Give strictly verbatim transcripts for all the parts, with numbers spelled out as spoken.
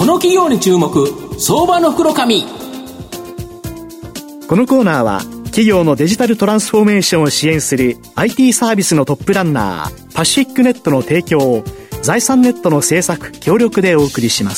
この企業に注目、相場の福の神。 このコーナーは企業のデジタルトランスフォーメーションを支援する アイティー サービスのトップランナーパシフィックネットの提供を財産ネットの制作協力でお送りします。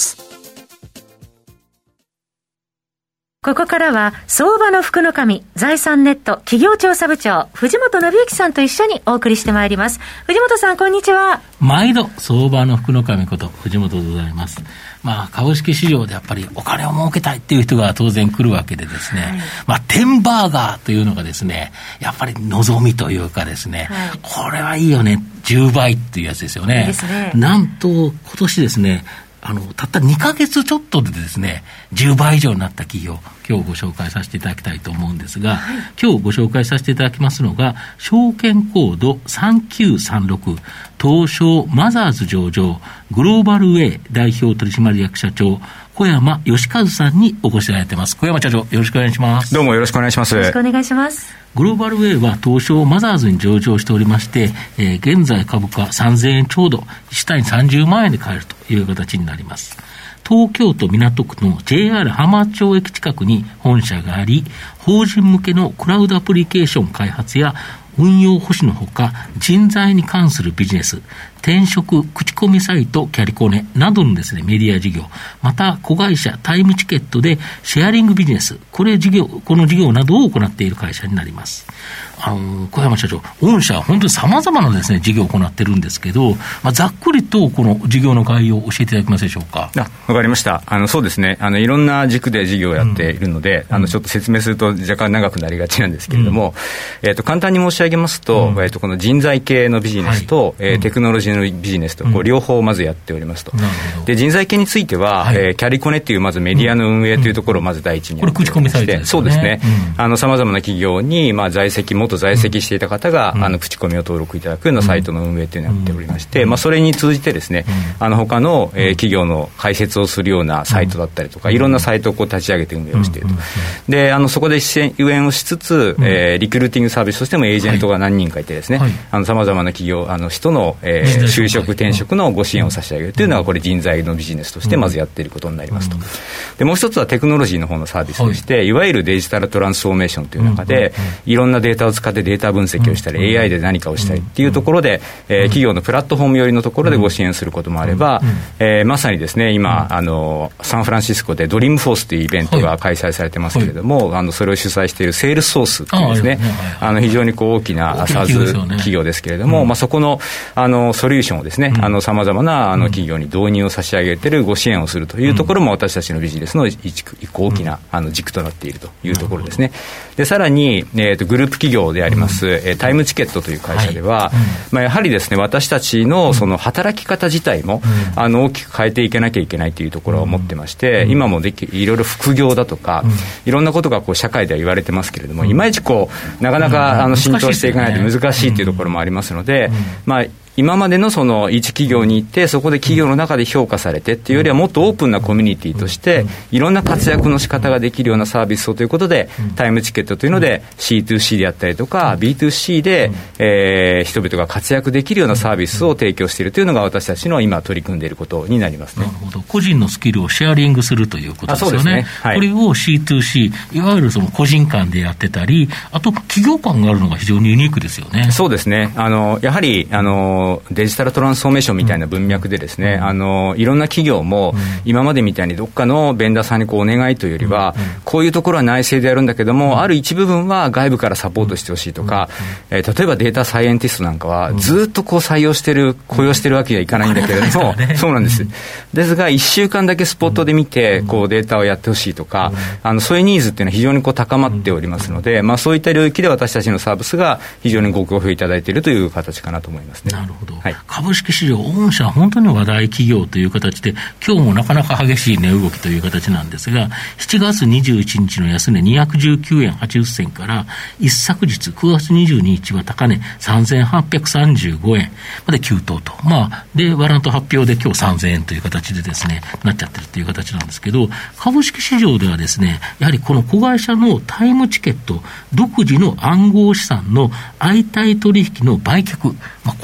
ここからは相場の福の神、財産ネット企業調査部長藤本信之さんと一緒にお送りしてまいります。藤本さん、こんにちは。 毎度相場の福の神こと藤本でございます。まあ、株式市場でやっぱりお金を儲けたいっていう人が当然来るわけでですね、はい、まあ、テンバーガーというのがですね、やっぱり望みというかですね、はい、これはいいよね、じゅうばいっていうやつですよね。いいですね。なんと今年ですね、あのたったにかげつちょっとでですね、じゅうばい以上になった企業、今日ご紹介させていただきたいと思うんですが、はい、今日ご紹介させていただきますのが証券コードさんきゅうさんろく東証マザーズ上場グローバルウェイ代表取締役社長小山義和さんにお越しいただいています。小山社長、よろしくお願いします。 どうもよろしくお願いします。 よろしくお願いします。 グローバルウェイは東証マザーズに上場しておりまして、えー、現在株価さんぜんえんちょうど、いち単位さんじゅうまんえんで買えるという形になります。東京都港区の ジェイアール 浜松町駅近くに本社があり、法人向けのクラウドアプリケーション開発や運用保守のほか、人材に関するビジネス、転職、口コミサイト、キャリコネなどのですね、メディア事業、また子会社タイムチケットでシェアリングビジネス、これ事業、この事業などを行っている会社になります。あの小山社長、御社は本当に様々なですね、事業を行っているんですけど、まあ、ざっくりとこの事業の概要を教えていただけますでしょうか。 あ、わかりました。あのそうですね、あのいろんな軸で事業をやっているので、うん、あのちょっと説明すると若干長くなりがちなんですけれども、うん、えー、と簡単に申し上げますと、うん、えー、とこの人材系のビジネスと、はい、えー、テクノロジーのビジネスと、こう両方まずやっておりますと、うん、で人材系については、はい、えー、キャリコネっていうまずメディアの運営というところをまず第一にやっておりまして、これ口コミサイトですね。そうですね、うん、あの様々な企業に、まあ、在籍元在籍していた方が、うん、あの口コミを登録いただくようなサイトの運営というのをやっておりまして、うん、まあ、それに通じてですね、うん、あの他の、えー、企業の開設をするようなサイトだったりとか、うん、いろんなサイトをこう立ち上げて運営をしていると、うん、であのそこで支援をしつつ、うん、えー、リクルーティングサービスとしてもエージェントが何人かいてですね、はい、あの様々な企業あの人の、えー、就職転職のご支援を差し上げるというのがこれ人材のビジネスとしてまずやっていることになりますと。でもう一つはテクノロジーの方のサービスとして、はい、いわゆるデジタルトランスフォーメーションという中で、いろんなデータを使ってデータ分析をしたり、エーアイ で何かをしたりっていうところで、えー、企業のプラットフォーム寄りのところでご支援することもあれば、えー、まさにですね、今あのサンフランシスコでドリームフォースというイベントが開催されてますけれども、はい、あのそれを主催しているセールスソースというですね、あの非常にこう大きな サーズ 企業ですけれども、まあ、そこのあのソリューションをですね、さまざまなあの企業に導入を差し上げているご支援をするというところも私たちのビジネスの一個大きなあの軸となっているというところですね。でさらに、えー、とグループ企業であります、えー、タイムチケットという会社では、はい、まあ、やはりですね、私たちのその働き方自体も、うん、あの大きく変えていかなきゃいけないというところを思ってまして、うん、今もできいろいろ副業だとか、うん、いろんなことがこう社会では言われてますけれども、うん、いまいちこうなかなか、うん、あの浸透していかないと難しいというところもありますので、うん、まあ今までのその一企業に行ってそこで企業の中で評価されてっていうよりはもっとオープンなコミュニティとしていろんな活躍の仕方ができるようなサービスをということでタイムチケットというので シーツーシー であったりとか ビーツーシー でえ人々が活躍できるようなサービスを提供しているというのが私たちの今取り組んでいることになりますね。 なるほど。個人のスキルをシェアリングするということですよね。そうですね、はい、これを シーツーシー いわゆるその個人間でやってたり、あと企業間があるのが非常にユニークですよね。 そうですね。あのやはりあのデジタルトランスフォーメーションみたいな文脈でですね、うん、あのいろんな企業も今までみたいにどっかのベンダーさんにこうお願いというよりは、うん、こういうところは内製でやるんだけども、うん、ある一部分は外部からサポートしてほしいとか、うん、えー、例えばデータサイエンティストなんかはずっとこう採用してる雇用してるわけにはいかないんだけれども、うんね、そうなんです、うん、ですがいっしゅうかんだけスポットで見てこうデータをやってほしいとか、うん、あのそういうニーズっていうのは非常にこう高まっておりますので、まあ、そういった領域で私たちのサービスが非常にご好評いただいているという形かなと思いますね。 なるほど、はい、株式市場御社は本当に話題企業という形で今日もなかなか激しい値動きという形なんですが、しちがつにじゅういちにちの安値にひゃくじゅうきゅうえんはちじゅっせんから一昨日くがつにじゅうににちは高値さんぜんはっぴゃくさんじゅうごえんまで急騰と、まあ、でワラント発表で今日さんぜんえんという形でですねなっちゃってるという形なんですけど、株式市場ではですねやはりこの子会社のタイムチケット独自の暗号資産の相対取引の売却、まあ、これについて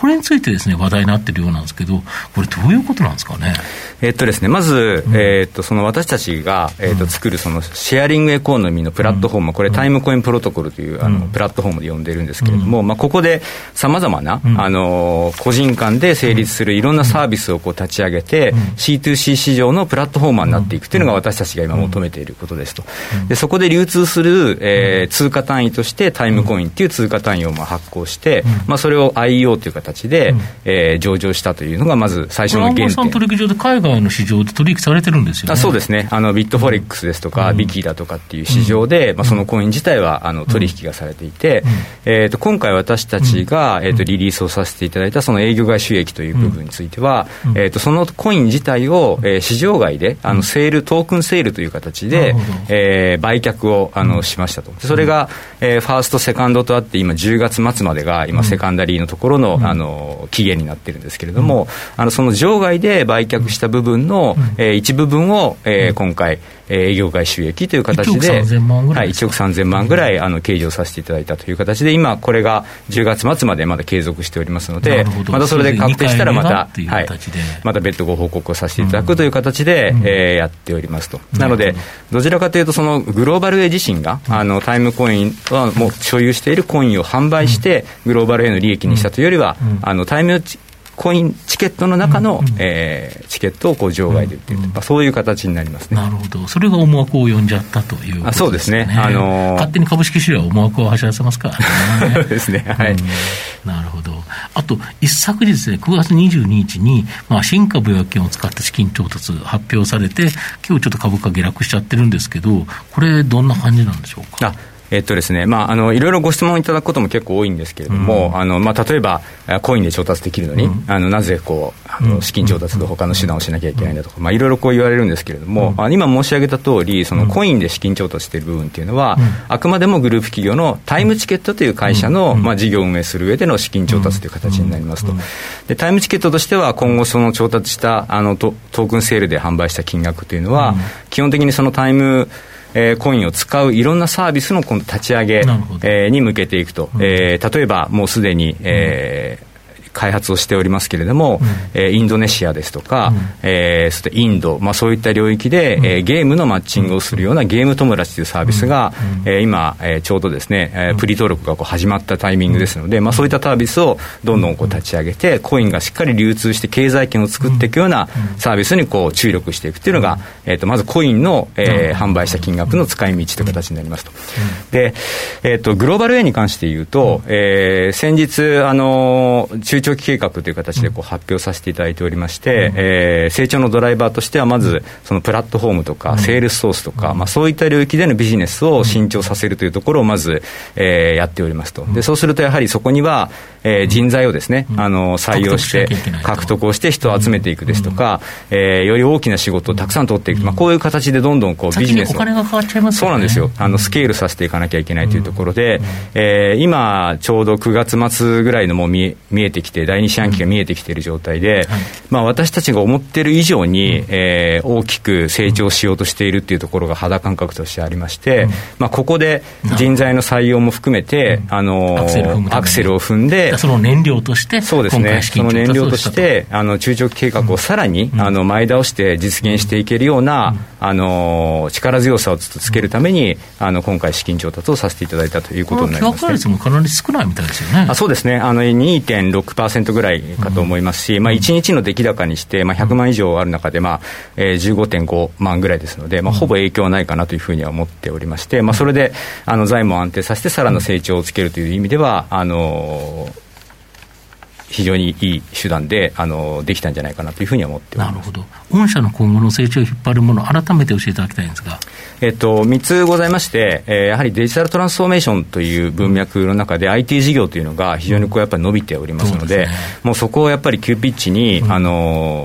てですね話題になっているようなんですけど、これどういうことなんですかね。 えっとですね、まず、うん、えー、っとその私たちが、えー、っと作るそのシェアリングエコノミーのプラットフォーム、うん、これタイムコインプロトコルという、うん、あのプラットフォームで呼んでいるんですけれども、うんまあ、ここでさまざまな、うん、あの個人間で成立するいろんなサービスをこう立ち上げて、うん、シーツーシー 市場のプラットフォーマーになっていくというのが私たちが今求めていることですと。でそこで流通する、えー、通貨単位としてタイムコインという通貨単位をまあ発行して、うんまあ、それを アイイーオー という形で、うんえー、上場したというのがまず最初の原点。 暗号資産取引所で海外の市場で取引されてるんですよね。 あそうですね、あのビットフォレックスですとか、うん、ビキだとかっていう市場で、うんまあ、そのコイン自体はあの取引がされていて、うんえー、と今回私たちが、えー、とリリースをさせていただいたその営業外収益という部分については、うんえー、とそのコイン自体を、えー、市場外であのセールトークンセールという形で、えー、売却をあのしましたと。それが、えー、ファーストセカンドとあって今じゅうがつ末までが今セカンダリーのところの、あの期限になってるんですけれども、あのその場外で売却した部分の、えー、一部分を、えー、今回営業外収益という形でいちおくさんぜんまんぐらい、はい、いちおくさんぜんまんぐらいあの計上させていただいたという形で、今これがじゅうがつ末までまだ継続しておりますので、またそれで確定したらまた、はい、また別途ご報告をさせていただくという形で、うんえー、やっておりますと。なのでどちらかというとそのグローバル A 自身が、うん、あのタイムコインはもう所有しているコインを販売してグローバル A の利益にしたというよりは、うん、あのタイムコインチケットの中の、うんうんえー、チケットをこう場外で売っている、うんうんまあ、そういう形になりますね。 なるほど、それが思惑を呼んじゃったということですね。 あそうですね、あのー、 勝手に株式市場は思惑を走らせますからね。 そうですね、はい、うん、 なるほど。あと一昨日ですね、くがつにじゅうににちに、まあ、新株予約金を使った資金調達発表されて、今日ちょっと株価下落しちゃってるんですけど、これどんな感じなんでしょうか。 あえっとですねまあ、あのいろいろご質問いただくことも結構多いんですけれども、うんあのまあ、例えばコインで調達できるのに、うん、あのなぜこうあの資金調達と他の手段をしなきゃいけないんだとか、まあ、いろいろこう言われるんですけれども、うんまあ、今申し上げた通りそのコインで資金調達している部分というのは、うん、あくまでもグループ企業のタイムチケットという会社の、うんまあ、事業を運営する上での資金調達という形になりますと。でタイムチケットとしては今後その調達したあの ト, トークンセールで販売した金額というのは、うん、基本的にそのタイムえー、コインを使ういろんなサービスの今度立ち上げ、えー、に向けていくと、うんえー、例えばもうすでに、えーうん開発をしておりますけれども、うんえー、インドネシアですとか、うんえー、そしてインド、まあ、そういった領域で、うんえー、ゲームのマッチングをするようなゲーム友達というサービスが、うんえー、今、えー、ちょうどですね、えー、プリ登録がこう始まったタイミングですので、まあ、そういったサービスをどんどんこう立ち上げてコインがしっかり流通して経済圏を作っていくようなサービスにこう注力していくというのが、えー、とまずコインの、えー、販売した金額の使い道という形になりますと。で、えー、とグローバル A に関して言うと、えー、先日あの中長期計画という形でこう発表させていただいておりまして、うんえー、成長のドライバーとしてはまずそのプラットフォームとかセールスソースとか、うんまあ、そういった領域でのビジネスを伸長させるというところをまず、えー、やっておりますと。でそうするとやはりそこには、えー、人材をですね、うん、あの採用して獲得をして人を集めていくですとか、うんえー、より大きな仕事をたくさん取っていく、まあ、こういう形でどんどんこうビジネスをお金がかかっちゃいますよね。 そうなんですよ、あのスケールさせていかなきゃいけないというところで、うんえー、今ちょうどくがつ末ぐらいのもう 見, 見えてきて第二四半期が見えてきている状態で、うんまあ、私たちが思っている以上に、うんえー、大きく成長しようとしているというところが肌感覚としてありまして、うんまあ、ここで人材の採用も含めて、うん、あのアクセルを踏んでその燃料としてそうですね、その燃料としてあの中長期計画をさらに、うん、あの前倒して実現していけるような、うん、あの力強さをつけるためにあの今回資金調達をさせていただいたということになります、ね、 この率もかなり少ないみたいですよね。 あそうですね、あの にてんろくパーセント ぐらいかと思いますし、うんまあ、いちにちの出来高にして、まあ、ひゃくまん以上ある中で、まあえー、じゅうごてんごまんぐらいですので、まあ、ほぼ影響はないかなというふうには思っておりまして、まあ、それであの財務を安定させてさらな成長をつけるという意味ではあのー非常にいい手段であのできたんじゃないかなというふうに思っております。 なるほど。御社の今後の成長を引っ張るものを改めて教えていただきたいんですが、 えっと、みっつございまして、えー、やはりデジタルトランスフォーメーションという文脈の中で アイティー 事業というのが非常にこうやっぱり伸びておりますので、うん、そうですね、もうそこをやっぱり急ピッチに、うん、あの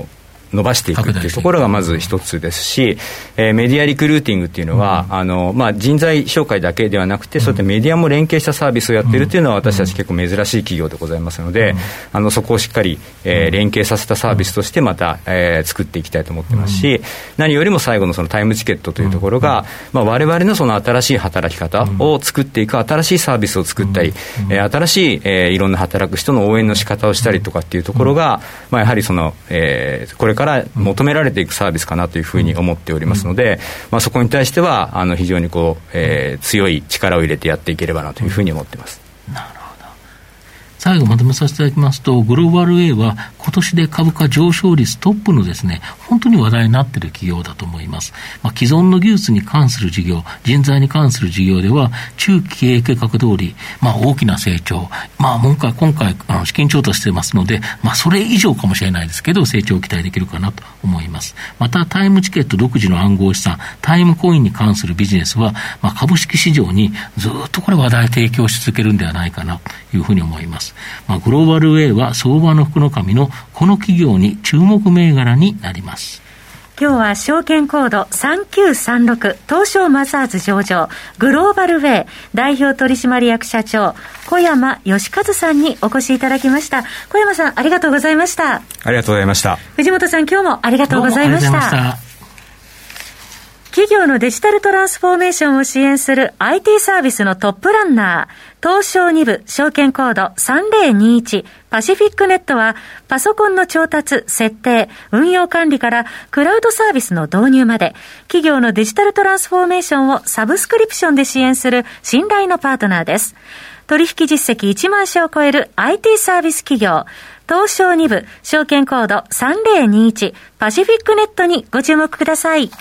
伸ばしていくっていうところがまず一つですし、えー、メディアリクルーティングっていうのは、うん、あのまあ、人材紹介だけではなくて、うん、そういったメディアも連携したサービスをやっているというのは私たち結構珍しい企業でございますので、うん、あのそこをしっかり、えー、連携させたサービスとしてまた、えー、作っていきたいと思ってますし、うん、何よりも最後のそのタイムチケットというところが、うん、まあ、我々のその新しい働き方を作っていく、新しいサービスを作ったり、うん、えー、新しい、えー、いろんな働く人の応援の仕方をしたりとかっていうところが、まあ、やはりその、えー、これから求められていくサービスかなというふうに思っておりますので、まあ、そこに対してはあの非常にこう、えー、強い力を入れてやっていければなというふうに思っています。 なるほど。最後まとめさせていただきますと、グローバル A は今年で株価上昇率トップのですね、本当に話題になっている企業だと思います。まあ、既存の技術に関する事業、人材に関する事業では中期経営計画通り、まあ、大きな成長、まあ、今回今回あの資金調達してますので、まあ、それ以上かもしれないですけど成長を期待できるかなと思います。またタイムチケット独自の暗号資産タイムコインに関するビジネスは、まあ、株式市場にずっとこれ話題提供し続けるんではないかなというふうに思います。まあ、グローバル A は相場の福の神のこの企業に注目銘柄になります。 今日は証券コードさんきゅうさんろく東証マザーズ上場グローバルウェイ代表取締役社長小山義和さんにお越しいただきました。小山さん、ありがとうございました。 ありがとうございました。 藤本さん、今日もありがとうございました。企業のデジタルトランスフォーメーションを支援する アイティー サービスのトップランナー、東証に部証券コードさんぜろにいちパシフィックネットは、パソコンの調達、設定、運用管理からクラウドサービスの導入まで、企業のデジタルトランスフォーメーションをサブスクリプションで支援する信頼のパートナーです。取引実績いちまん社を超える アイティー サービス企業、東証に部証券コードさんぜろにいちパシフィックネットにご注目ください。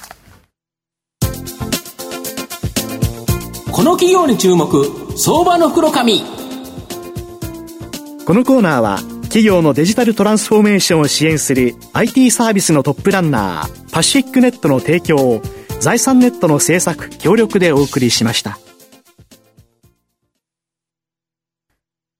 この企業に注目、相場の袋紙。 このコーナーは企業のデジタルトランスフォーメーションを支援する アイティー サービスのトップランナーパシフィックネットの提供を財産ネットの制作協力でお送りしました。